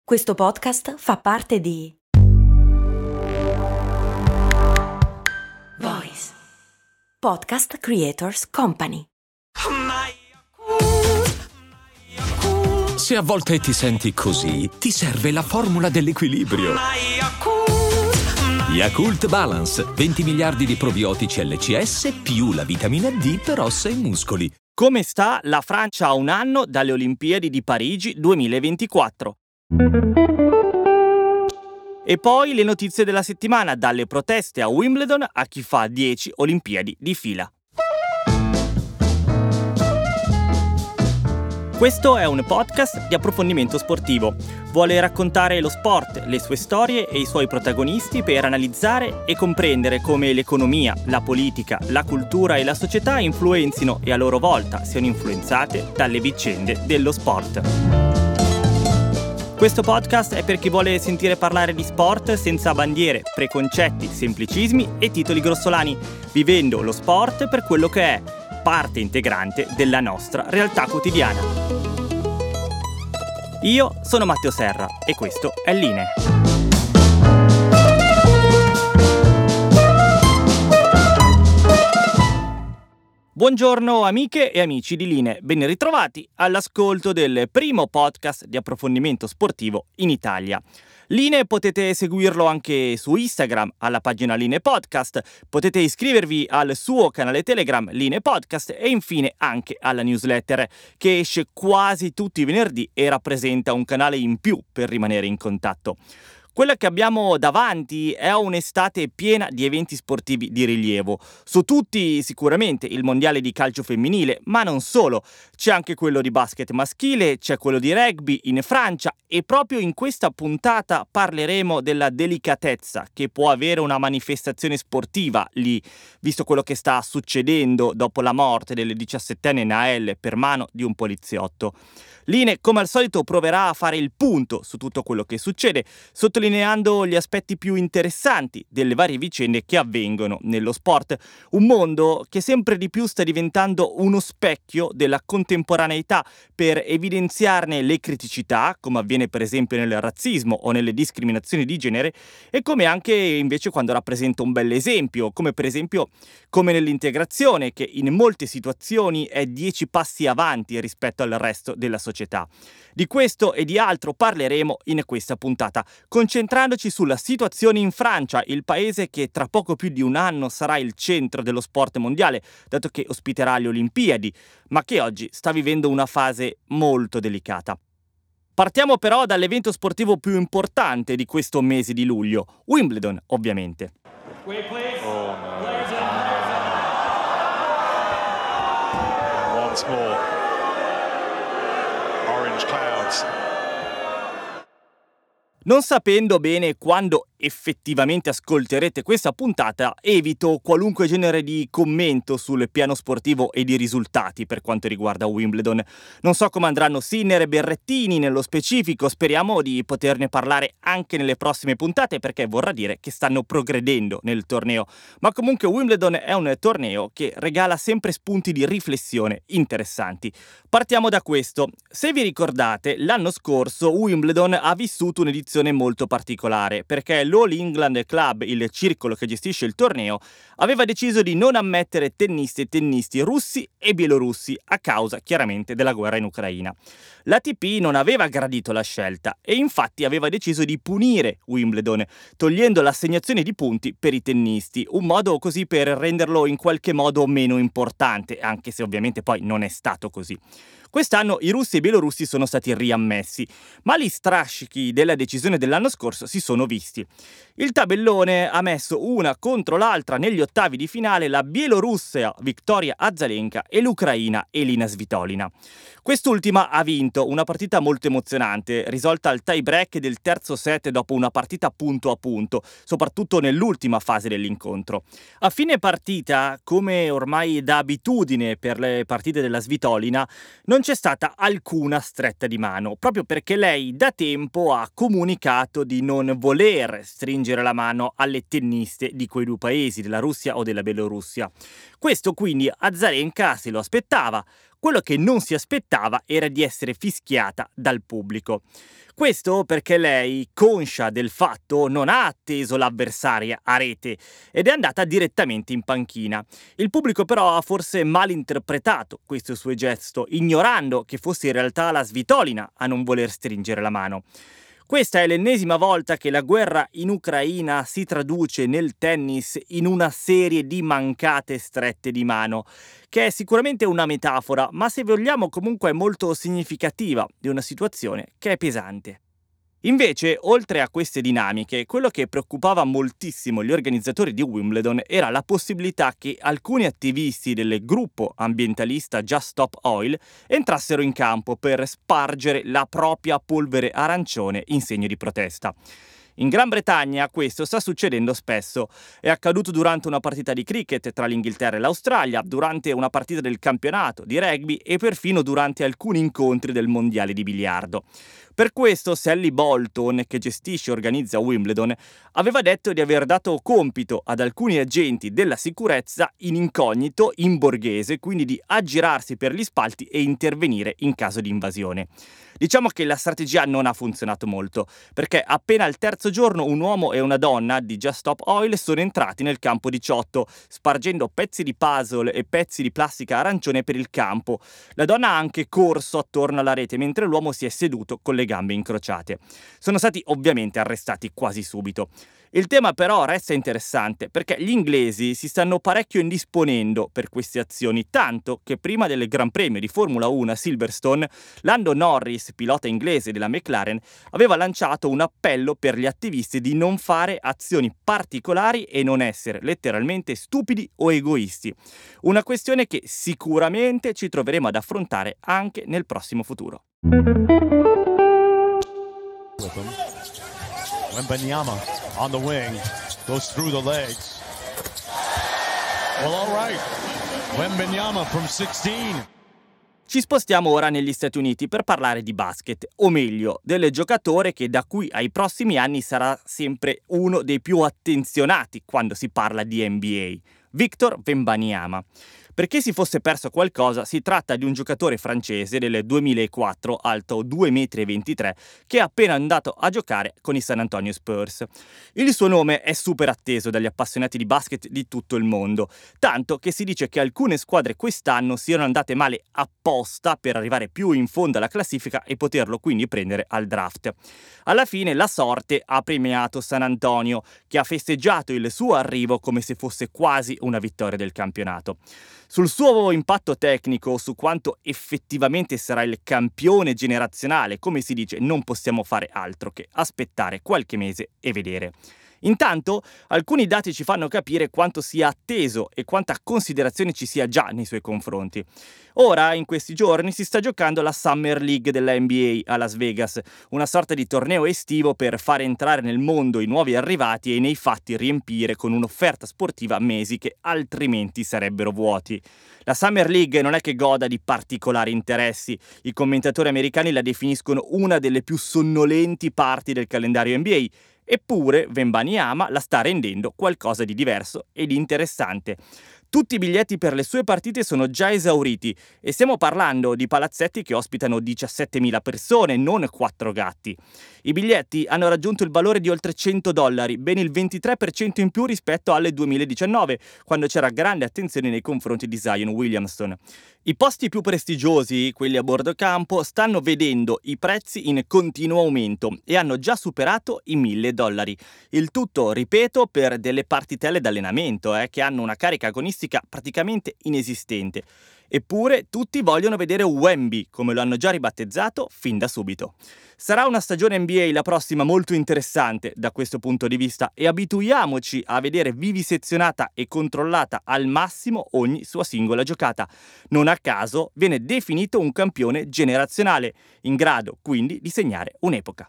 Questo podcast fa parte di Voice Podcast Creators Company. Se a volte ti senti così, ti serve la formula dell'equilibrio. Yakult Balance, 20 miliardi di probiotici LCS più la vitamina D per ossa e muscoli. Come sta la Francia a un anno dalle Olimpiadi di Parigi 2024? E poi le notizie della settimana, dalle proteste a Wimbledon a chi fa 10 Olimpiadi di fila. Questo è un podcast di approfondimento sportivo. Vuole raccontare lo sport, le sue storie e i suoi protagonisti per analizzare e comprendere come l'economia, la politica, la cultura e la società influenzino e a loro volta siano influenzate dalle vicende dello sport. Questo podcast è per chi vuole sentire parlare di sport senza bandiere, preconcetti, semplicismi e titoli grossolani, vivendo lo sport per quello che è, parte integrante della nostra realtà quotidiana. Io sono Matteo Serra e questo è Line. Buongiorno amiche e amici di Line, ben ritrovati all'ascolto del primo podcast di approfondimento sportivo in Italia. Line potete seguirlo anche su Instagram alla pagina Line Podcast, potete iscrivervi al suo canale Telegram Line Podcast e infine anche alla newsletter che esce quasi tutti i venerdì e rappresenta un canale in più per rimanere in contatto. Quella che abbiamo davanti è un'estate piena di eventi sportivi di rilievo. Su tutti sicuramente il mondiale di calcio femminile, ma non solo. C'è anche quello di basket maschile, c'è quello di rugby in Francia e proprio in questa puntata parleremo della delicatezza che può avere una manifestazione sportiva lì, visto quello che sta succedendo dopo la morte del 17enne Nael per mano di un poliziotto. Line, come al solito, proverà a fare il punto su tutto quello che succede, sottolineando gli aspetti più interessanti delle varie vicende che avvengono nello sport. Un mondo che sempre di più sta diventando uno specchio della contemporaneità per evidenziarne le criticità, come avviene per esempio nel razzismo o nelle discriminazioni di genere, e come anche invece quando rappresenta un bel esempio, come per esempio come nell'integrazione, che in molte situazioni è 10 passi avanti rispetto al resto della società. Di questo e di altro parleremo in questa puntata, concentrandoci sulla situazione in Francia, il paese che tra poco più di un anno sarà il centro dello sport mondiale, dato che ospiterà le Olimpiadi, ma che oggi sta vivendo una fase molto delicata. Partiamo però dall'evento sportivo più importante di questo mese di luglio, Wimbledon, ovviamente. Once more. Orange clouds. Non sapendo bene quando effettivamente ascolterete questa puntata, evito qualunque genere di commento sul piano sportivo e di risultati per quanto riguarda Wimbledon. Non so come andranno Sinner e Berrettini nello specifico, speriamo di poterne parlare anche nelle prossime puntate perché vorrà dire che stanno progredendo nel torneo. Ma comunque Wimbledon è un torneo che regala sempre spunti di riflessione interessanti. Partiamo da questo. Se vi ricordate, l'anno scorso Wimbledon ha vissuto un'edizione molto particolare perché l'All England Club, il circolo che gestisce il torneo, aveva deciso di non ammettere tenniste e tennisti russi e bielorussi a causa chiaramente della guerra in Ucraina. L'ATP non aveva gradito la scelta e infatti aveva deciso di punire Wimbledon, togliendo l'assegnazione di punti per i tennisti, un modo così per renderlo in qualche modo meno importante, anche se ovviamente poi non è stato così. Quest'anno i russi e i bielorussi sono stati riammessi, ma gli strascichi della decisione dell'anno scorso si sono visti. Il tabellone ha messo una contro l'altra negli ottavi di finale la bielorussa Victoria Azarenka e l'ucraina Elina Svitolina. Quest'ultima ha vinto una partita molto emozionante, risolta al tie break del terzo set dopo una partita punto a punto, soprattutto nell'ultima fase dell'incontro. A fine partita, come ormai da abitudine per le partite della Svitolina, non c'è stata alcuna stretta di mano, proprio perché lei da tempo ha comunicato di non voler stringere la mano alle tenniste di quei due paesi, della Russia o della Bielorussia. Questo quindi Azarenka se lo aspettava. Quello che non si aspettava era di essere fischiata dal pubblico. Questo perché lei, conscia del fatto, non ha atteso l'avversaria a rete ed è andata direttamente in panchina. Il pubblico però ha forse malinterpretato questo suo gesto, ignorando che fosse in realtà la Svitolina a non voler stringere la mano. Questa è l'ennesima volta che la guerra in Ucraina si traduce nel tennis in una serie di mancate strette di mano, che è sicuramente una metafora, ma se vogliamo comunque è molto significativa di una situazione che è pesante. Invece, oltre a queste dinamiche, quello che preoccupava moltissimo gli organizzatori di Wimbledon era la possibilità che alcuni attivisti del gruppo ambientalista Just Stop Oil entrassero in campo per spargere la propria polvere arancione in segno di protesta. In Gran Bretagna questo sta succedendo spesso. È accaduto durante una partita di cricket tra l'Inghilterra e l'Australia, durante una partita del campionato di rugby e perfino durante alcuni incontri del mondiale di biliardo. Per questo Sally Bolton, che gestisce e organizza Wimbledon, aveva detto di aver dato compito ad alcuni agenti della sicurezza in incognito, in borghese, quindi di aggirarsi per gli spalti e intervenire in caso di invasione. Diciamo che la strategia non ha funzionato molto, perché appena al terzo giorno un uomo e una donna di Just Stop Oil sono entrati nel campo 18, spargendo pezzi di puzzle e pezzi di plastica arancione per il campo. La donna ha anche corso attorno alla rete, mentre l'uomo si è seduto con le gambe incrociate. Sono stati ovviamente arrestati quasi subito. Il tema però resta interessante perché gli inglesi si stanno parecchio indisponendo per queste azioni, tanto che prima del Gran Premio di Formula 1 a Silverstone, Lando Norris, pilota inglese della McLaren, aveva lanciato un appello per gli attivisti di non fare azioni particolari e non essere letteralmente stupidi o egoisti. Una questione che sicuramente ci troveremo ad affrontare anche nel prossimo futuro. Wembanyama on the wing, goes through the legs. Well, all right. Wembanyama from 16. Ci spostiamo ora negli Stati Uniti per parlare di basket, o meglio, del giocatore che da qui ai prossimi anni sarà sempre uno dei più attenzionati quando si parla di NBA, Victor Wembanyama. Per chi si fosse perso qualcosa, si tratta di un giocatore francese del 2004, alto 2,23 m, che è appena andato a giocare con i San Antonio Spurs. Il suo nome è super atteso dagli appassionati di basket di tutto il mondo, tanto che si dice che alcune squadre quest'anno siano andate male apposta per arrivare più in fondo alla classifica e poterlo quindi prendere al draft. Alla fine la sorte ha premiato San Antonio, che ha festeggiato il suo arrivo come se fosse quasi una vittoria del campionato. Sul suo impatto tecnico, su quanto effettivamente sarà il campione generazionale, come si dice, non possiamo fare altro che aspettare qualche mese e vedere. Intanto, alcuni dati ci fanno capire quanto sia atteso e quanta considerazione ci sia già nei suoi confronti. Ora, in questi giorni, si sta giocando la Summer League della NBA a Las Vegas, una sorta di torneo estivo per fare entrare nel mondo i nuovi arrivati e nei fatti riempire con un'offerta sportiva mesi che altrimenti sarebbero vuoti. La Summer League non è che goda di particolari interessi, i commentatori americani la definiscono una delle più sonnolenti parti del calendario NBA. Eppure Wembanyama la sta rendendo qualcosa di diverso e di interessante. Tutti i biglietti per le sue partite sono già esauriti e stiamo parlando di palazzetti che ospitano 17.000 persone, non 4 gatti. I biglietti hanno raggiunto il valore di oltre $100, ben il 23% in più rispetto al 2019, quando c'era grande attenzione nei confronti di Zion Williamson. I posti più prestigiosi, quelli a bordo campo, stanno vedendo i prezzi in continuo aumento e hanno già superato i $1.000. Il tutto, ripeto, per delle partitelle d'allenamento, che hanno una carica agonistica praticamente inesistente. Eppure tutti vogliono vedere Wemby, come lo hanno già ribattezzato, fin da subito. Sarà una stagione NBA la prossima molto interessante da questo punto di vista e abituiamoci a vedere vivisezionata e controllata al massimo ogni sua singola giocata. Non a caso viene definito un campione generazionale, in grado quindi di segnare un'epoca.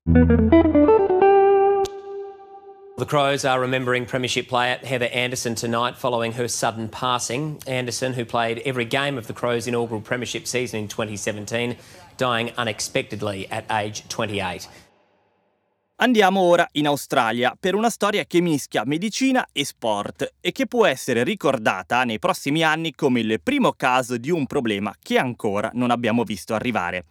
The Crows are remembering Premiership player Heather Anderson tonight following her sudden passing. Anderson, who played every game of the Crows' inaugural Premiership season in 2017, dying unexpectedly at age 28. Andiamo ora in Australia per una storia che mischia medicina e sport e che può essere ricordata nei prossimi anni come il primo caso di un problema che ancora non abbiamo visto arrivare.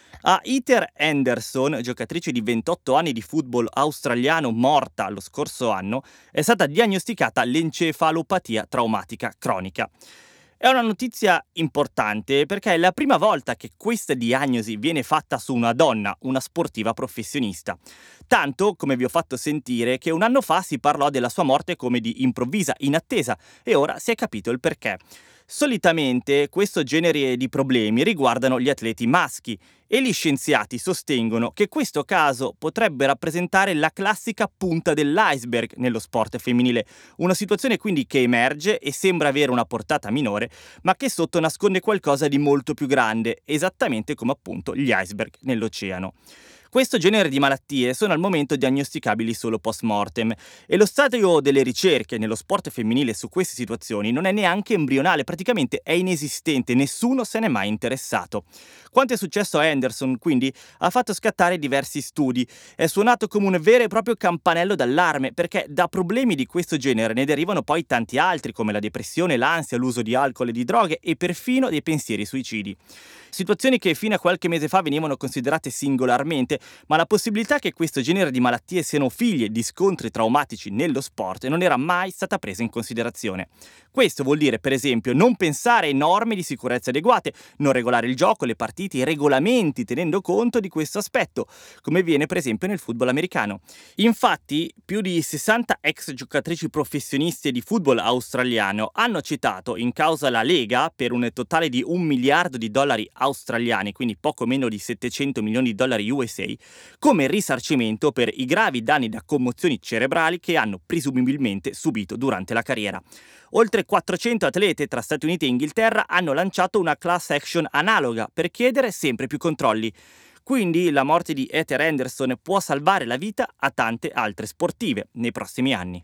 A Heather Henderson, giocatrice di 28 anni di football australiano morta lo scorso anno, è stata diagnosticata l'encefalopatia traumatica cronica. È una notizia importante perché è la prima volta che questa diagnosi viene fatta su una donna, una sportiva professionista. Tanto, come vi ho fatto sentire, che un anno fa si parlò della sua morte come di improvvisa, inattesa, e ora si è capito il perché. Solitamente questo genere di problemi riguardano gli atleti maschi e gli scienziati sostengono che questo caso potrebbe rappresentare la classica punta dell'iceberg nello sport femminile, una situazione quindi che emerge e sembra avere una portata minore, ma che sotto nasconde qualcosa di molto più grande, esattamente come appunto gli iceberg nell'oceano. Questo genere di malattie sono al momento diagnosticabili solo post-mortem e lo stadio delle ricerche nello sport femminile su queste situazioni non è neanche embrionale, praticamente è inesistente, nessuno se n'è mai interessato. Quanto è successo a Henderson, quindi, ha fatto scattare diversi studi. È suonato come un vero e proprio campanello d'allarme, perché da problemi di questo genere ne derivano poi tanti altri, come la depressione, l'ansia, l'uso di alcol e di droghe e perfino dei pensieri suicidi. Situazioni che fino a qualche mese fa venivano considerate singolarmente, ma la possibilità che questo genere di malattie siano figlie di scontri traumatici nello sport non era mai stata presa in considerazione. Questo vuol dire, per esempio, non pensare a norme di sicurezza adeguate, non regolare il gioco, le partite, i regolamenti tenendo conto di questo aspetto, come viene per esempio nel football americano. Infatti, più di 60 ex giocatrici professioniste di football australiano hanno citato in causa la Lega per un totale di $1 miliardo australiani, quindi poco meno di 700 milioni di dollari USA, come risarcimento per i gravi danni da commozioni cerebrali che hanno presumibilmente subito durante la carriera. Oltre 400 atlete tra Stati Uniti e Inghilterra hanno lanciato una class action analoga per chiedere sempre più controlli. Quindi la morte di Heather Henderson può salvare la vita a tante altre sportive nei prossimi anni.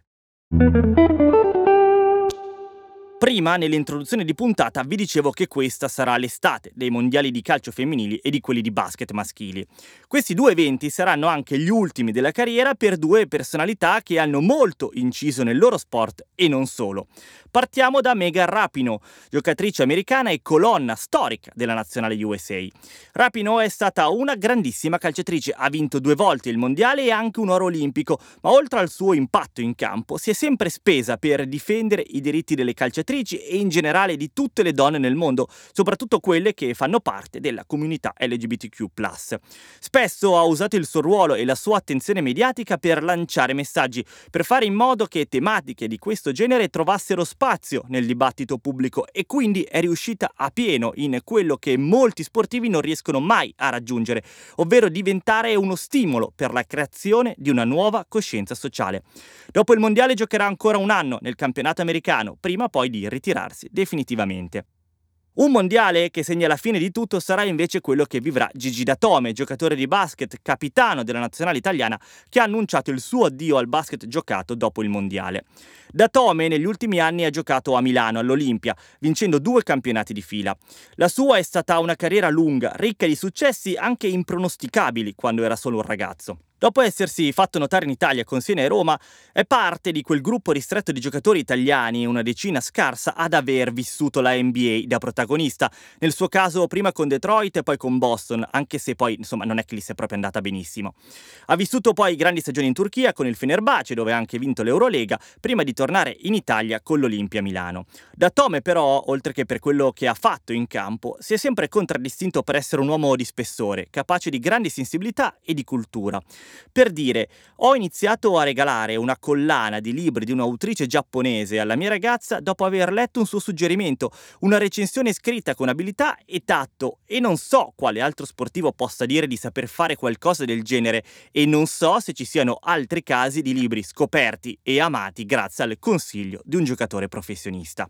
Prima, nell'introduzione di puntata, vi dicevo che questa sarà l'estate dei mondiali di calcio femminili e di quelli di basket maschili. Questi due eventi saranno anche gli ultimi della carriera per due personalità che hanno molto inciso nel loro sport e non solo. Partiamo da Megan Rapinoe, giocatrice americana e colonna storica della nazionale USA. Rapinoe è stata una grandissima calciatrice, ha vinto 2 volte il mondiale e anche un oro olimpico, ma oltre al suo impatto in campo si è sempre spesa per difendere i diritti delle calciatrici e in generale di tutte le donne nel mondo, soprattutto quelle che fanno parte della comunità LGBTQ+. Spesso ha usato il suo ruolo e la sua attenzione mediatica per lanciare messaggi, per fare in modo che tematiche di questo genere trovassero spazio nel dibattito pubblico e quindi è riuscita a pieno in quello che molti sportivi non riescono mai a raggiungere, ovvero diventare uno stimolo per la creazione di una nuova coscienza sociale. Dopo il mondiale giocherà ancora un anno nel campionato americano, prima poi di ritirarsi definitivamente. Un mondiale che segna la fine di tutto sarà invece quello che vivrà Gigi Datome, giocatore di basket, capitano della nazionale italiana, che ha annunciato il suo addio al basket giocato dopo il mondiale. Datome negli ultimi anni ha giocato a Milano, all'Olimpia, vincendo 2 campionati di fila. La sua è stata una carriera lunga, ricca di successi anche impronosticabili quando era solo un ragazzo. Dopo essersi fatto notare in Italia con Siena e Roma, è parte di quel gruppo ristretto di giocatori italiani, una decina scarsa, ad aver vissuto la NBA da protagonista. Nel suo caso prima con Detroit e poi con Boston, anche se poi non è che gli sia proprio andata benissimo. Ha vissuto poi grandi stagioni in Turchia con il Fenerbahce, dove ha anche vinto l'Eurolega, prima di tornare in Italia con l'Olimpia Milano. Datome però, oltre che per quello che ha fatto in campo, si è sempre contraddistinto per essere un uomo di spessore, capace di grandi sensibilità e di cultura. Per dire, ho iniziato a regalare una collana di libri di un'autrice giapponese alla mia ragazza dopo aver letto un suo suggerimento, una recensione scritta con abilità e tatto, e non so quale altro sportivo possa dire di saper fare qualcosa del genere e non so se ci siano altri casi di libri scoperti e amati grazie al consiglio di un giocatore professionista.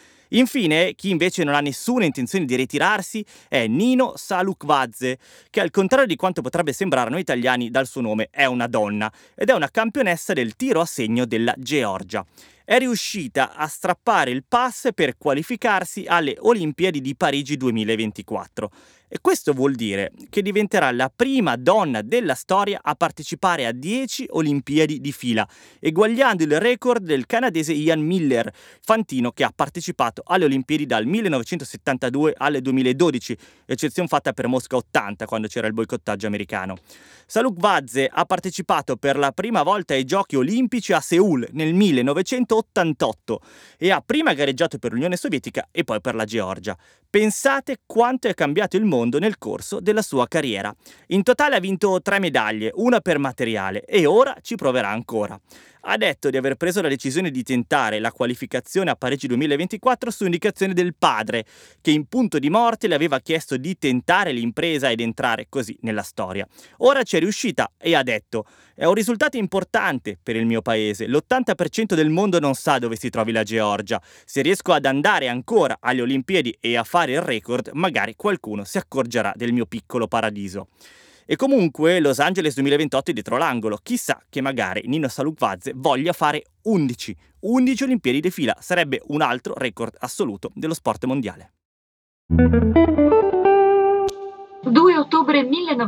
Infine, chi invece non ha nessuna intenzione di ritirarsi è Nino Salukvadze, che al contrario di quanto potrebbe sembrare a noi italiani dal suo nome è una donna ed è una campionessa del tiro a segno della Georgia. È riuscita a strappare il pass per qualificarsi alle Olimpiadi di Parigi 2024. E questo vuol dire che diventerà la prima donna della storia a partecipare a 10 Olimpiadi di fila, eguagliando il record del canadese Ian Miller, fantino che ha partecipato alle Olimpiadi dal 1972 al 2012, eccezione fatta per Mosca 80 quando c'era il boicottaggio americano. Salukvadze ha partecipato per la prima volta ai Giochi Olimpici a Seul nel 1988 e ha prima gareggiato per l'Unione Sovietica e poi per la Georgia. Pensate quanto è cambiato il mondo nel corso della sua carriera. In totale ha vinto 3 medaglie, una per materiale, e ora ci proverà ancora. Ha detto di aver preso la decisione di tentare la qualificazione a Parigi 2024 su indicazione del padre, che in punto di morte le aveva chiesto di tentare l'impresa ed entrare così nella storia. Ora ci è riuscita e ha detto: è un risultato importante per il mio paese, l'80% del mondo non sa dove si trovi la Georgia. Se riesco ad andare ancora alle Olimpiadi e a fare il record, magari qualcuno si accorgerà del mio piccolo paradiso. E comunque Los Angeles 2028 è dietro l'angolo. Chissà che magari Nino Salukvadze voglia fare 11 Olimpiadi di fila. Sarebbe un altro record assoluto dello sport mondiale. 2 ottobre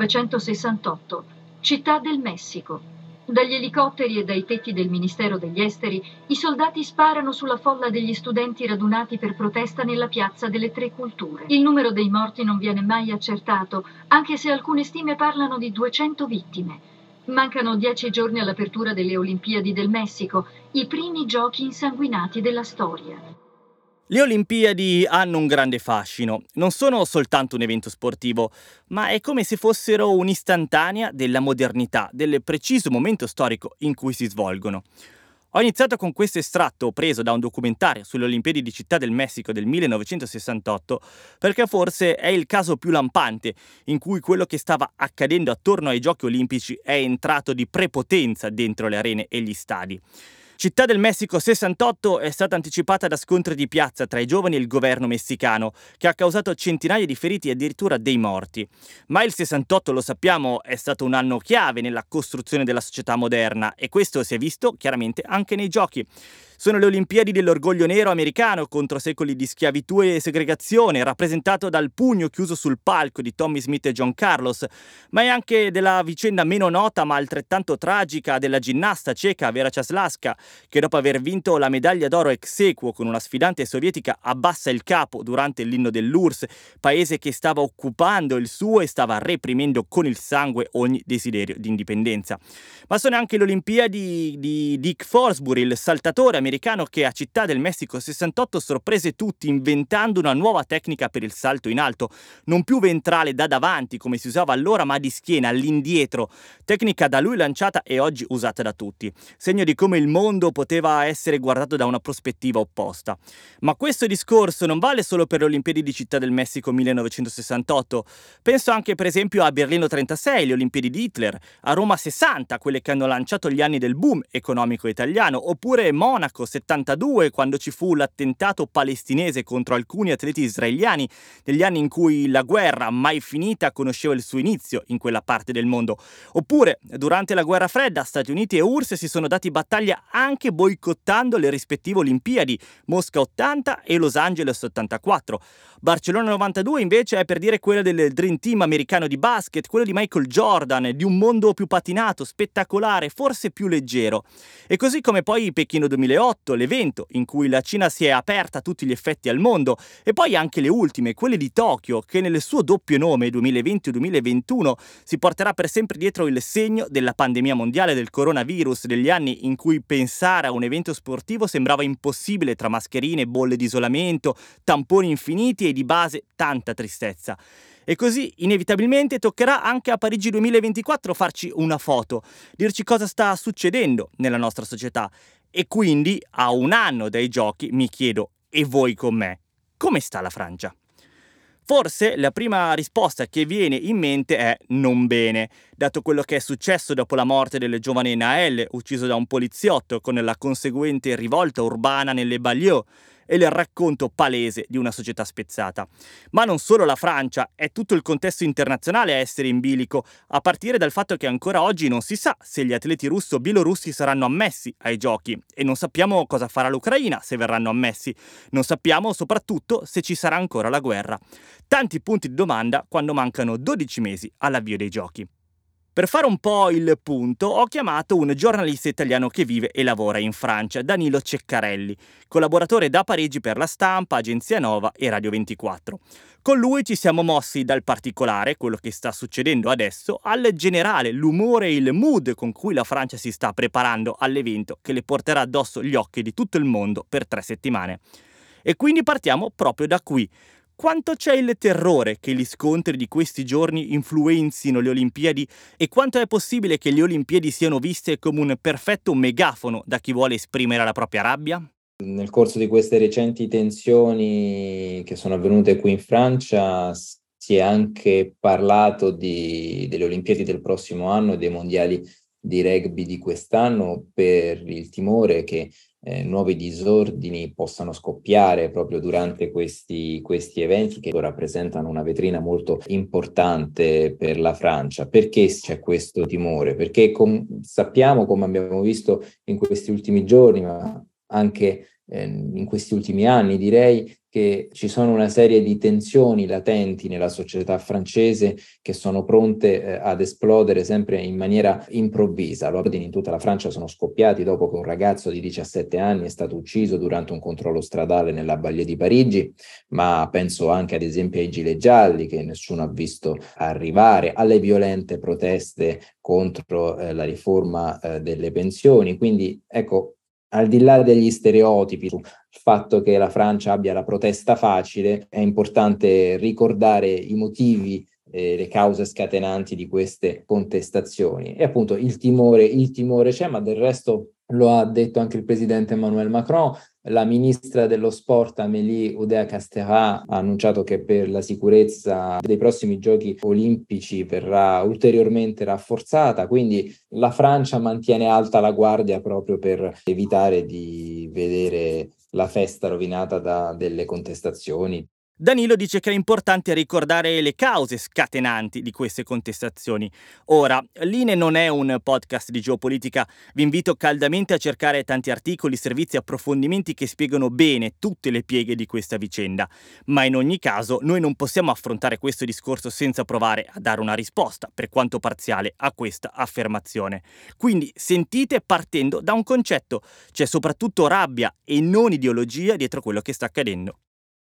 1968, Città del Messico. Dagli elicotteri e dai tetti del Ministero degli Esteri, i soldati sparano sulla folla degli studenti radunati per protesta nella piazza delle Tre Culture. Il numero dei morti non viene mai accertato, anche se alcune stime parlano di 200 vittime. Mancano 10 giorni all'apertura delle Olimpiadi del Messico, i primi giochi insanguinati della storia. Le Olimpiadi hanno un grande fascino, non sono soltanto un evento sportivo, ma è come se fossero un'istantanea della modernità, del preciso momento storico in cui si svolgono. Ho iniziato con questo estratto preso da un documentario sulle Olimpiadi di Città del Messico del 1968 perché forse è il caso più lampante in cui quello che stava accadendo attorno ai Giochi Olimpici è entrato di prepotenza dentro le arene e gli stadi. Città del Messico 68 è stata anticipata da scontri di piazza tra i giovani e il governo messicano, che ha causato centinaia di feriti e addirittura dei morti. Ma il 68, lo sappiamo, è stato un anno chiave nella costruzione della società moderna e questo si è visto chiaramente anche nei giochi. Sono le Olimpiadi dell'orgoglio nero americano contro secoli di schiavitù e segregazione, rappresentato dal pugno chiuso sul palco di Tommy Smith e John Carlos, ma è anche della vicenda meno nota ma altrettanto tragica della ginnasta ceca Vera Ciaslaska, che dopo aver vinto la medaglia d'oro ex aequo con una sfidante sovietica abbassa il capo durante l'inno dell'URSS, paese che stava occupando il suo e stava reprimendo con il sangue ogni desiderio di indipendenza. Ma sono anche le Olimpiadi di Dick Forsbury, il saltatore americano che a Città del Messico 68 sorprese tutti inventando una nuova tecnica per il salto in alto, non più ventrale da davanti come si usava allora ma di schiena all'indietro, tecnica da lui lanciata e oggi usata da tutti, segno di come il mondo poteva essere guardato da una prospettiva opposta. Ma questo discorso non vale solo per le Olimpiadi di Città del Messico 1968, penso anche per esempio a Berlino 36, le Olimpiadi di Hitler, a Roma 60, quelle che hanno lanciato gli anni del boom economico italiano, oppure Monaco 72, quando ci fu l'attentato palestinese contro alcuni atleti israeliani, negli anni in cui la guerra mai finita conosceva il suo inizio in quella parte del mondo. Oppure, durante la guerra fredda, Stati Uniti e URSS si sono dati battaglia anche boicottando le rispettive Olimpiadi, Mosca 80 e Los Angeles 84. Barcellona 92 invece è per dire quella del Dream Team americano di basket, quello di Michael Jordan, di un mondo più patinato, spettacolare, forse più leggero. E così come poi Pechino 2008, l'evento in cui la Cina si è aperta a tutti gli effetti al mondo, e poi anche le ultime, quelle di Tokyo, che nel suo doppio nome 2020-2021 si porterà per sempre dietro il segno della pandemia mondiale del coronavirus, degli anni in cui pensare a un evento sportivo sembrava impossibile tra mascherine, bolle di isolamento, tamponi infiniti e di base tanta tristezza. E così inevitabilmente toccherà anche a Parigi 2024 farci una foto, dirci cosa sta succedendo nella nostra società. E quindi, a un anno dai giochi, mi chiedo, e voi con me, come sta la Francia? Forse la prima risposta che viene in mente è non bene, dato quello che è successo dopo la morte del giovane Naël, ucciso da un poliziotto con la conseguente rivolta urbana nelle banlieue, è il racconto palese di una società spezzata. Ma non solo la Francia, è tutto il contesto internazionale a essere in bilico, a partire dal fatto che ancora oggi non si sa se gli atleti russo-bielorussi saranno ammessi ai giochi e non sappiamo cosa farà l'Ucraina se verranno ammessi, non sappiamo soprattutto se ci sarà ancora la guerra. Tanti punti di domanda quando mancano 12 mesi all'avvio dei giochi. Per fare un po' il punto, ho chiamato un giornalista italiano che vive e lavora in Francia, Danilo Ceccarelli, collaboratore da Parigi per La Stampa, Agenzia Nova e Radio 24. Con lui ci siamo mossi dal particolare, quello che sta succedendo adesso, al generale, l'umore e il mood con cui la Francia si sta preparando all'evento che le porterà addosso gli occhi di tutto il mondo per 3 settimane. E quindi partiamo proprio da qui. Quanto c'è il terrore che gli scontri di questi giorni influenzino le Olimpiadi e quanto è possibile che le Olimpiadi siano viste come un perfetto megafono da chi vuole esprimere la propria rabbia? Nel corso di queste recenti tensioni che sono avvenute qui in Francia si è anche parlato delle Olimpiadi del prossimo anno e dei mondiali di rugby di quest'anno per il timore che nuovi disordini possano scoppiare proprio durante questi eventi che rappresentano una vetrina molto importante per la Francia. Perché c'è questo timore? Perché sappiamo, come abbiamo visto in questi ultimi giorni, ma anche in questi ultimi anni, direi, che ci sono una serie di tensioni latenti nella società francese che sono pronte ad esplodere sempre in maniera improvvisa. In tutta la Francia sono scoppiati dopo che un ragazzo di 17 anni è stato ucciso durante un controllo stradale nella Banlieue di Parigi, ma penso anche ad esempio ai gilet gialli che nessuno ha visto arrivare, alle violente proteste contro la riforma delle pensioni. Quindi ecco, al di là degli stereotipi sul fatto che la Francia abbia la protesta facile, è importante ricordare i motivi, le cause scatenanti di queste contestazioni. E appunto il timore c'è, ma del resto lo ha detto anche il presidente Emmanuel Macron. La ministra dello sport Amélie Oudéa-Castéra ha annunciato che per la sicurezza dei prossimi giochi olimpici verrà ulteriormente rafforzata, quindi la Francia mantiene alta la guardia proprio per evitare di vedere la festa rovinata da delle contestazioni. Danilo dice che è importante ricordare le cause scatenanti di queste contestazioni. Ora, l'INE non è un podcast di geopolitica, vi invito caldamente a cercare tanti articoli, servizi e approfondimenti che spiegano bene tutte le pieghe di questa vicenda, ma in ogni caso noi non possiamo affrontare questo discorso senza provare a dare una risposta, per quanto parziale, a questa affermazione. Quindi sentite partendo da un concetto, c'è soprattutto rabbia e non ideologia dietro quello che sta accadendo.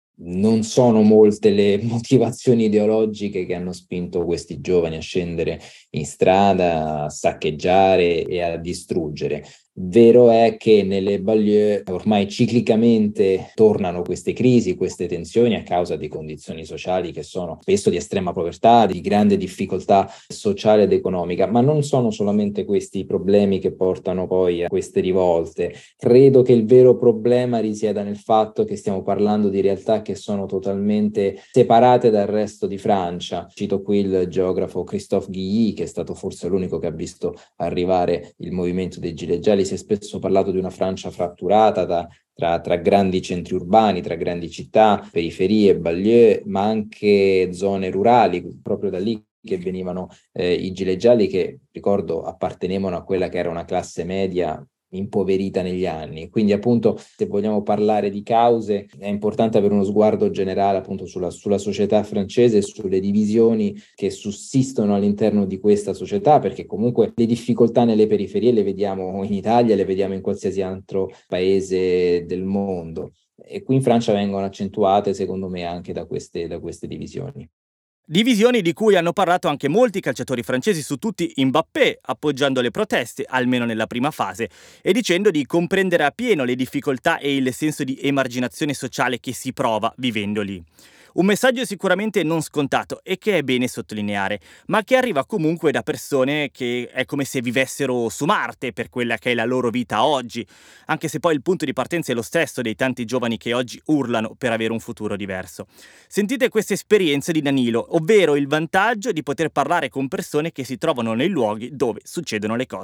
Non sono molte le motivazioni ideologiche che hanno spinto questi giovani a scendere in strada, a saccheggiare e a distruggere. Vero è che nelle banlieue ormai ciclicamente tornano queste crisi, queste tensioni a causa di condizioni sociali che sono spesso di estrema povertà, di grande difficoltà sociale ed economica, ma non sono solamente questi i problemi che portano poi a queste rivolte. Credo che il vero problema risieda nel fatto che stiamo parlando di realtà che sono totalmente separate dal resto di Francia. Cito qui il geografo Christophe Guilly, che è stato forse l'unico che ha visto arrivare il movimento dei gilet gialli. Si è spesso parlato di una Francia fratturata tra grandi centri urbani, tra grandi città, periferie, banlieue, ma anche zone rurali, proprio da lì che venivano i gilet gialli, che ricordo appartenevano a quella che era una classe media impoverita negli anni. Quindi appunto, se vogliamo parlare di cause, è importante avere uno sguardo generale appunto sulla società francese e sulle divisioni che sussistono all'interno di questa società, perché comunque le difficoltà nelle periferie le vediamo in Italia, le vediamo in qualsiasi altro paese del mondo, e qui in Francia vengono accentuate secondo me anche da queste divisioni. Divisioni di cui hanno parlato anche molti calciatori francesi, su tutti Mbappé, appoggiando le proteste, almeno nella prima fase, e dicendo di comprendere appieno le difficoltà e il senso di emarginazione sociale che si prova vivendo lì. Un messaggio sicuramente non scontato e che è bene sottolineare, ma che arriva comunque da persone che è come se vivessero su Marte per quella che è la loro vita oggi, anche se poi il punto di partenza è lo stesso dei tanti giovani che oggi urlano per avere un futuro diverso. Sentite questa esperienza di Danilo, ovvero il vantaggio di poter parlare con persone che si trovano nei luoghi dove succedono le cose.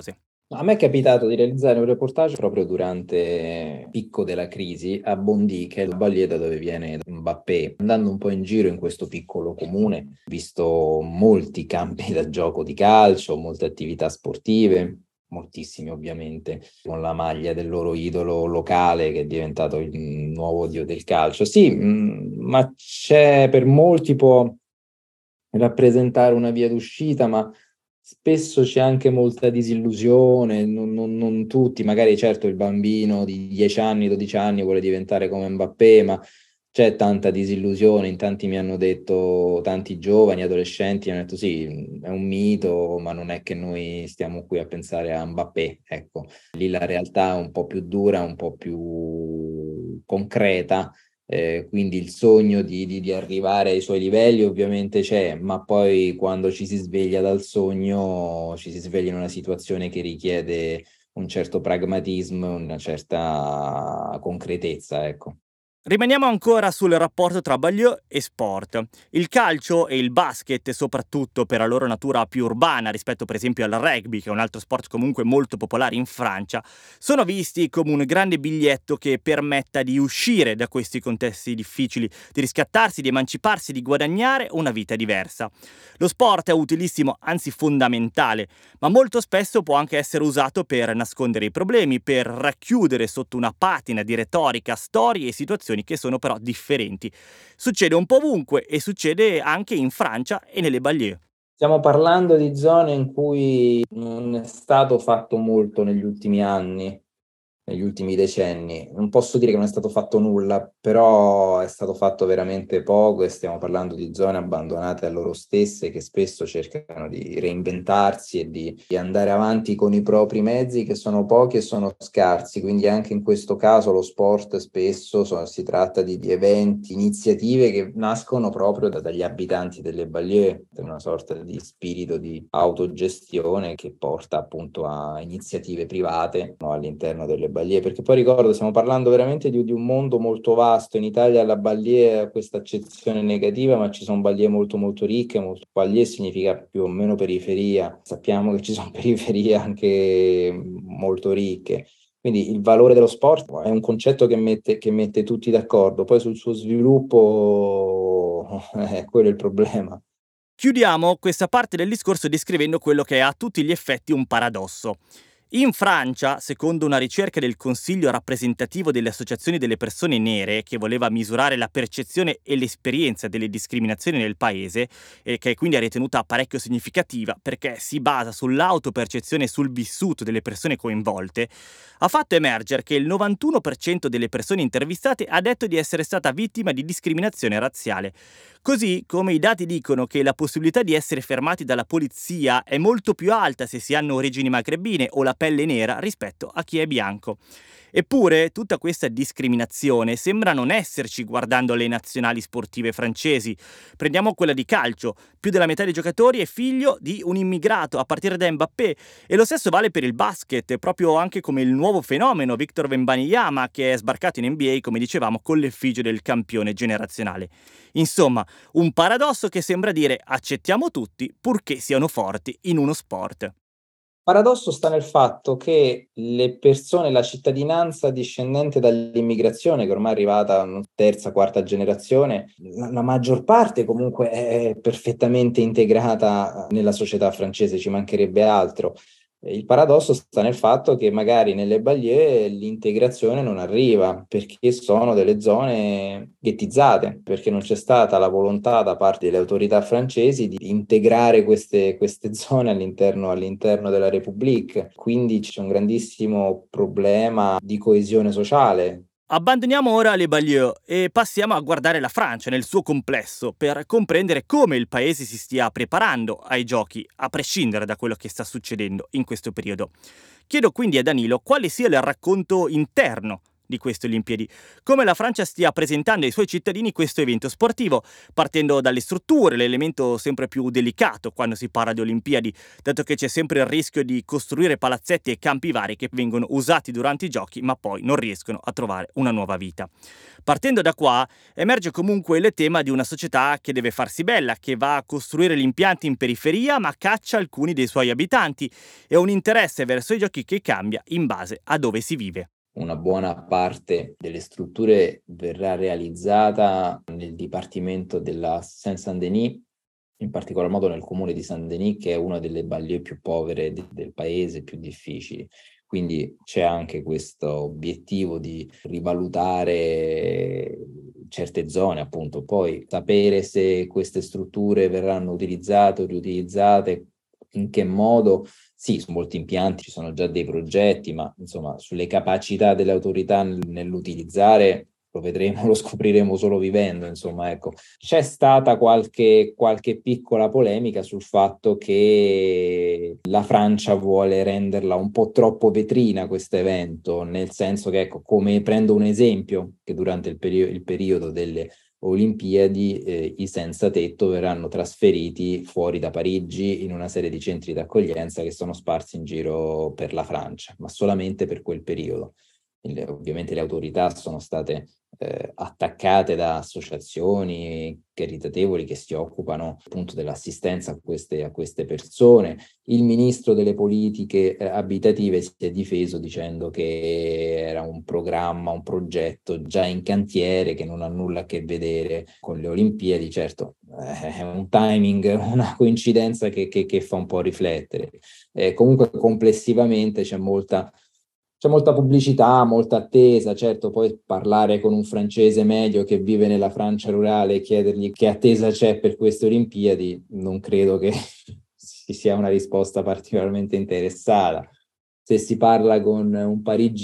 A me è capitato di realizzare un reportage proprio durante il picco della crisi a Bondy, che è il Ballier da dove viene Mbappé. Andando un po' in giro in questo piccolo comune, ho visto molti campi da gioco di calcio, molte attività sportive, moltissimi ovviamente, con la maglia del loro idolo locale che è diventato il nuovo dio del calcio. Sì, ma c'è, per molti può rappresentare una via d'uscita, ma spesso c'è anche molta disillusione, non tutti, magari certo il bambino di 10 anni, 12 anni vuole diventare come Mbappé, ma c'è tanta disillusione, in tanti mi hanno detto, tanti giovani, adolescenti mi hanno detto sì, è un mito, ma non è che noi stiamo qui a pensare a Mbappé, ecco, lì la realtà è un po' più dura, un po' più concreta. Quindi il sogno di arrivare ai suoi livelli ovviamente c'è, ma poi quando ci si sveglia dal sogno ci si sveglia in una situazione che richiede un certo pragmatismo, una certa concretezza, ecco. Rimaniamo ancora sul rapporto tra Baglieu e sport. Il calcio e il basket, soprattutto per la loro natura più urbana rispetto per esempio al rugby, che è un altro sport comunque molto popolare in Francia, sono visti come un grande biglietto che permetta di uscire da questi contesti difficili, di riscattarsi, di emanciparsi, di guadagnare una vita diversa. Lo sport è utilissimo, anzi fondamentale, ma molto spesso può anche essere usato per nascondere i problemi, per racchiudere sotto una patina di retorica storie e situazioni che sono però differenti. Succede un po' ovunque e succede anche in Francia e nelle banlieue. Stiamo parlando di zone in cui non è stato fatto molto negli ultimi anni, negli ultimi decenni. Non posso dire che non è stato fatto nulla, però è stato fatto veramente poco e stiamo parlando di zone abbandonate a loro stesse che spesso cercano di reinventarsi e di andare avanti con i propri mezzi che sono pochi e sono scarsi. Quindi anche in questo caso lo sport spesso si tratta di eventi, iniziative che nascono proprio dagli abitanti delle banlieue, una sorta di spirito di autogestione che porta appunto a iniziative private, no, all'interno delle banlieue, perché poi ricordo stiamo parlando veramente di un mondo molto vasto. In Italia la banlieue ha questa accezione negativa, ma ci sono banlieue molto molto ricche, banlieue significa più o meno periferia, sappiamo che ci sono periferie anche molto ricche. Quindi il valore dello sport è un concetto che mette tutti d'accordo, poi sul suo sviluppo quello è il problema. Chiudiamo questa parte del discorso descrivendo quello che è a tutti gli effetti un paradosso. In Francia, secondo una ricerca del Consiglio rappresentativo delle associazioni delle persone nere, che voleva misurare la percezione e l'esperienza delle discriminazioni nel paese, e che quindi è ritenuta parecchio significativa perché si basa sull'autopercezione e sul vissuto delle persone coinvolte, ha fatto emergere che il 91% delle persone intervistate ha detto di essere stata vittima di discriminazione razziale. Così come i dati dicono che la possibilità di essere fermati dalla polizia è molto più alta se si hanno origini magrebine o la pelle nera rispetto a chi è bianco. Eppure, tutta questa discriminazione sembra non esserci guardando le nazionali sportive francesi. Prendiamo quella di calcio. Più della metà dei giocatori è figlio di un immigrato, a partire da Mbappé. E lo stesso vale per il basket, proprio anche come il nuovo fenomeno Victor Wembanyama, che è sbarcato in NBA, come dicevamo, con l'effigie del campione generazionale. Insomma, un paradosso che sembra dire accettiamo tutti purché siano forti in uno sport. Paradosso sta nel fatto che le persone, la cittadinanza discendente dall'immigrazione, che ormai è arrivata a terza, quarta generazione, la maggior parte comunque è perfettamente integrata nella società francese, ci mancherebbe altro. Il paradosso sta nel fatto che magari nelle banlieue l'integrazione non arriva perché sono delle zone ghettizzate, perché non c'è stata la volontà da parte delle autorità francesi di integrare queste zone all'interno della République. Quindi c'è un grandissimo problema di coesione sociale. Abbandoniamo ora le banlieue e passiamo a guardare la Francia nel suo complesso per comprendere come il paese si stia preparando ai giochi, a prescindere da quello che sta succedendo in questo periodo. Chiedo quindi a Danilo quale sia il racconto interno di queste Olimpiadi, come la Francia stia presentando ai suoi cittadini questo evento sportivo, partendo dalle strutture, l'elemento sempre più delicato quando si parla di Olimpiadi, dato che c'è sempre il rischio di costruire palazzetti e campi vari che vengono usati durante i giochi ma poi non riescono a trovare una nuova vita. Partendo da qua, emerge comunque il tema di una società che deve farsi bella, che va a costruire gli impianti in periferia ma caccia alcuni dei suoi abitanti, e un interesse verso i giochi che cambia in base a dove si vive. Una buona parte delle strutture verrà realizzata nel dipartimento della Seine-Saint-Denis, in particolar modo nel comune di Saint-Denis, che è una delle banlieue più povere del paese, più difficili. Quindi c'è anche questo obiettivo di rivalutare certe zone, appunto. Poi sapere se queste strutture verranno utilizzate o riutilizzate, in che modo. Sì, su molti impianti ci sono già dei progetti, ma insomma sulle capacità delle autorità nell'utilizzare lo vedremo, lo scopriremo solo vivendo, insomma, ecco. C'è stata qualche piccola polemica sul fatto che la Francia vuole renderla un po' troppo vetrina questo evento, nel senso che, ecco, come prendo un esempio, che durante il periodo delle Olimpiadi i senza tetto verranno trasferiti fuori da Parigi in una serie di centri d'accoglienza che sono sparsi in giro per la Francia, ma solamente per quel periodo. Ovviamente le autorità sono state attaccate da associazioni caritatevoli che si occupano appunto dell'assistenza a queste persone. Il ministro delle politiche abitative si è difeso dicendo che era un programma, un progetto già in cantiere che non ha nulla a che vedere con le Olimpiadi. Certo, è un timing, una coincidenza che fa un po' riflettere. Comunque complessivamente c'è molta pubblicità, molta attesa. Certo, poi parlare con un francese medio che vive nella Francia rurale e chiedergli che attesa c'è per queste Olimpiadi, non credo che ci sia una risposta particolarmente interessata. Se si parla con un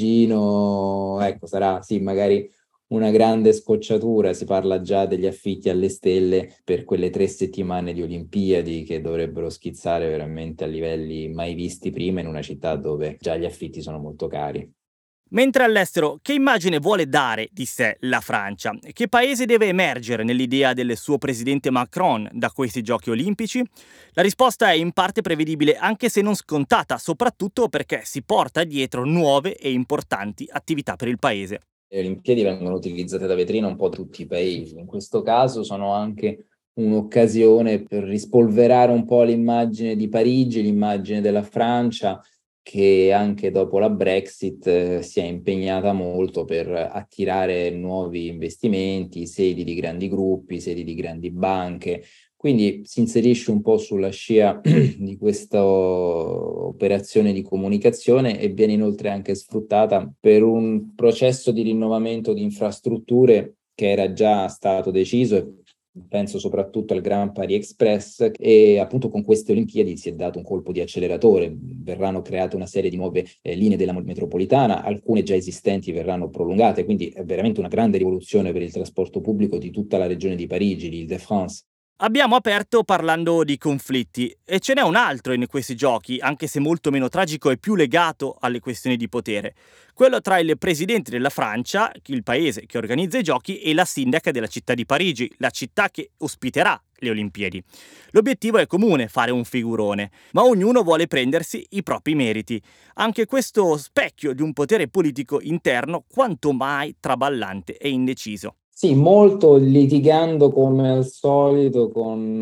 parigino, ecco, sarà sì, magari una grande scocciatura. Si parla già degli affitti alle stelle per quelle 3 settimane di Olimpiadi che dovrebbero schizzare veramente a livelli mai visti prima in una città dove già gli affitti sono molto cari. Mentre all'estero, che immagine vuole dare di sé la Francia? Che paese deve emergere nell'idea del suo presidente Macron da questi giochi olimpici? La risposta è in parte prevedibile, anche se non scontata, soprattutto perché si porta dietro nuove e importanti attività per il paese. Le Olimpiadi vengono utilizzate da vetrina un po' tutti i paesi. In questo caso sono anche un'occasione per rispolverare un po' l'immagine di Parigi, l'immagine della Francia, che anche dopo la Brexit si è impegnata molto per attirare nuovi investimenti, sedi di grandi gruppi, sedi di grandi banche. Quindi si inserisce un po' sulla scia di questa operazione di comunicazione e viene inoltre anche sfruttata per un processo di rinnovamento di infrastrutture che era già stato deciso. Penso soprattutto al Grand Paris Express, e appunto con queste Olimpiadi si è dato un colpo di acceleratore. Verranno create una serie di nuove linee della metropolitana, alcune già esistenti verranno prolungate, quindi è veramente una grande rivoluzione per il trasporto pubblico di tutta la regione di Parigi, l'Île-de-France. Abbiamo aperto parlando di conflitti, e ce n'è un altro in questi giochi, anche se molto meno tragico e più legato alle questioni di potere. Quello tra il presidente della Francia, il paese che organizza i giochi, e la sindaca della città di Parigi, la città che ospiterà le Olimpiadi. L'obiettivo è comune, fare un figurone, ma ognuno vuole prendersi i propri meriti. Anche questo specchio di un potere politico interno quanto mai traballante e indeciso. Sì, molto litigando come al solito con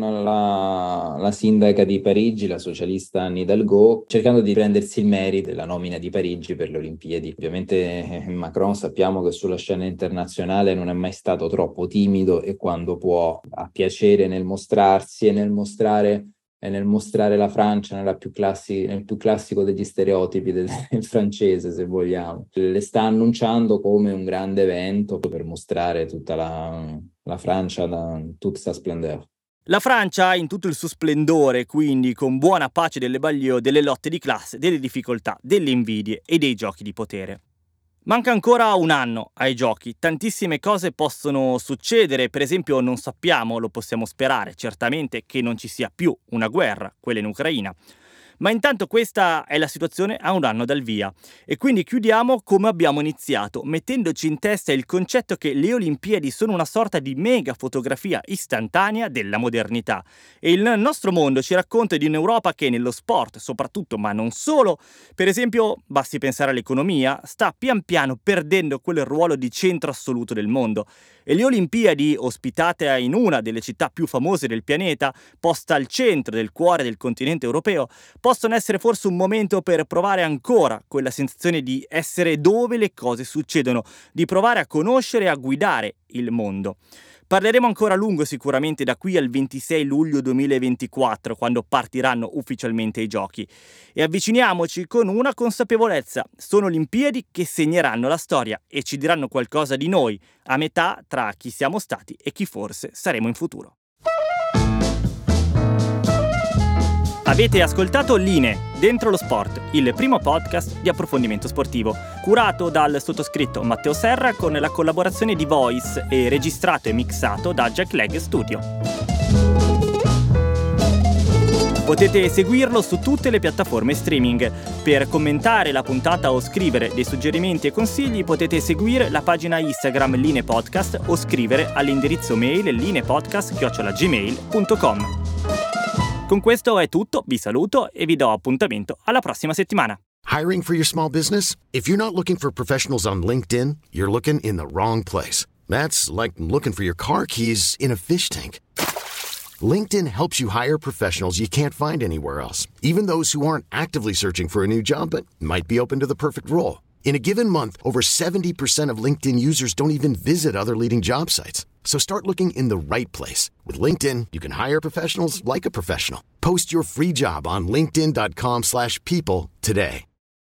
la sindaca di Parigi, la socialista Anne Hidalgo, cercando di prendersi il merito della nomina di Parigi per le Olimpiadi. Ovviamente Macron sappiamo che sulla scena internazionale non è mai stato troppo timido, e quando può ha piacere nel mostrarsi e nel mostrare la Francia nel più classico degli stereotipi del francese, se vogliamo. Le sta annunciando come un grande evento per mostrare tutta la Francia da tutta sa splendeur. La Francia in tutto il suo splendore, quindi, con buona pace delle banlieue, delle lotte di classe, delle difficoltà, delle invidie e dei giochi di potere. Manca ancora un anno ai giochi, tantissime cose possono succedere, per esempio non sappiamo, lo possiamo sperare certamente, che non ci sia più una guerra, quella in Ucraina, Ma intanto questa è la situazione a un anno dal via e quindi chiudiamo come abbiamo iniziato, mettendoci in testa il concetto che le Olimpiadi sono una sorta di mega fotografia istantanea della modernità e il nostro mondo ci racconta di un'Europa che nello sport soprattutto, ma non solo, per esempio basti pensare all'economia, sta pian piano perdendo quel ruolo di centro assoluto del mondo e le Olimpiadi, ospitate in una delle città più famose del pianeta, posta al centro del cuore del continente europeo, possono essere forse un momento per provare ancora quella sensazione di essere dove le cose succedono, di provare a conoscere e a guidare il mondo. Parleremo ancora a lungo sicuramente da qui al 26 luglio 2024, quando partiranno ufficialmente i giochi. E avviciniamoci con una consapevolezza: sono Olimpiadi che segneranno la storia e ci diranno qualcosa di noi, a metà tra chi siamo stati e chi forse saremo in futuro. Avete ascoltato Linee, Dentro lo Sport, il primo podcast di approfondimento sportivo, curato dal sottoscritto Matteo Serra con la collaborazione di Voice e registrato e mixato da Jackleg Studio. Potete seguirlo su tutte le piattaforme streaming. Per commentare la puntata o scrivere dei suggerimenti e consigli potete seguire la pagina Instagram Linee Podcast o scrivere all'indirizzo mail lineepodcast@gmail.com. Con questo è tutto, vi saluto e vi do appuntamento alla prossima settimana. Hiring for your small business? If you're not looking for professionals on LinkedIn, you're looking in the wrong place. That's like looking for your car keys in a fish tank. LinkedIn helps you hire professionals you can't find anywhere else, even those who aren't actively searching for a new job but might be open to the perfect role. In a given month, over 70% of LinkedIn users don't even visit other leading job sites. So start looking in the right place. With LinkedIn, you can hire professionals like a professional. Post your free job on linkedin.com/people today.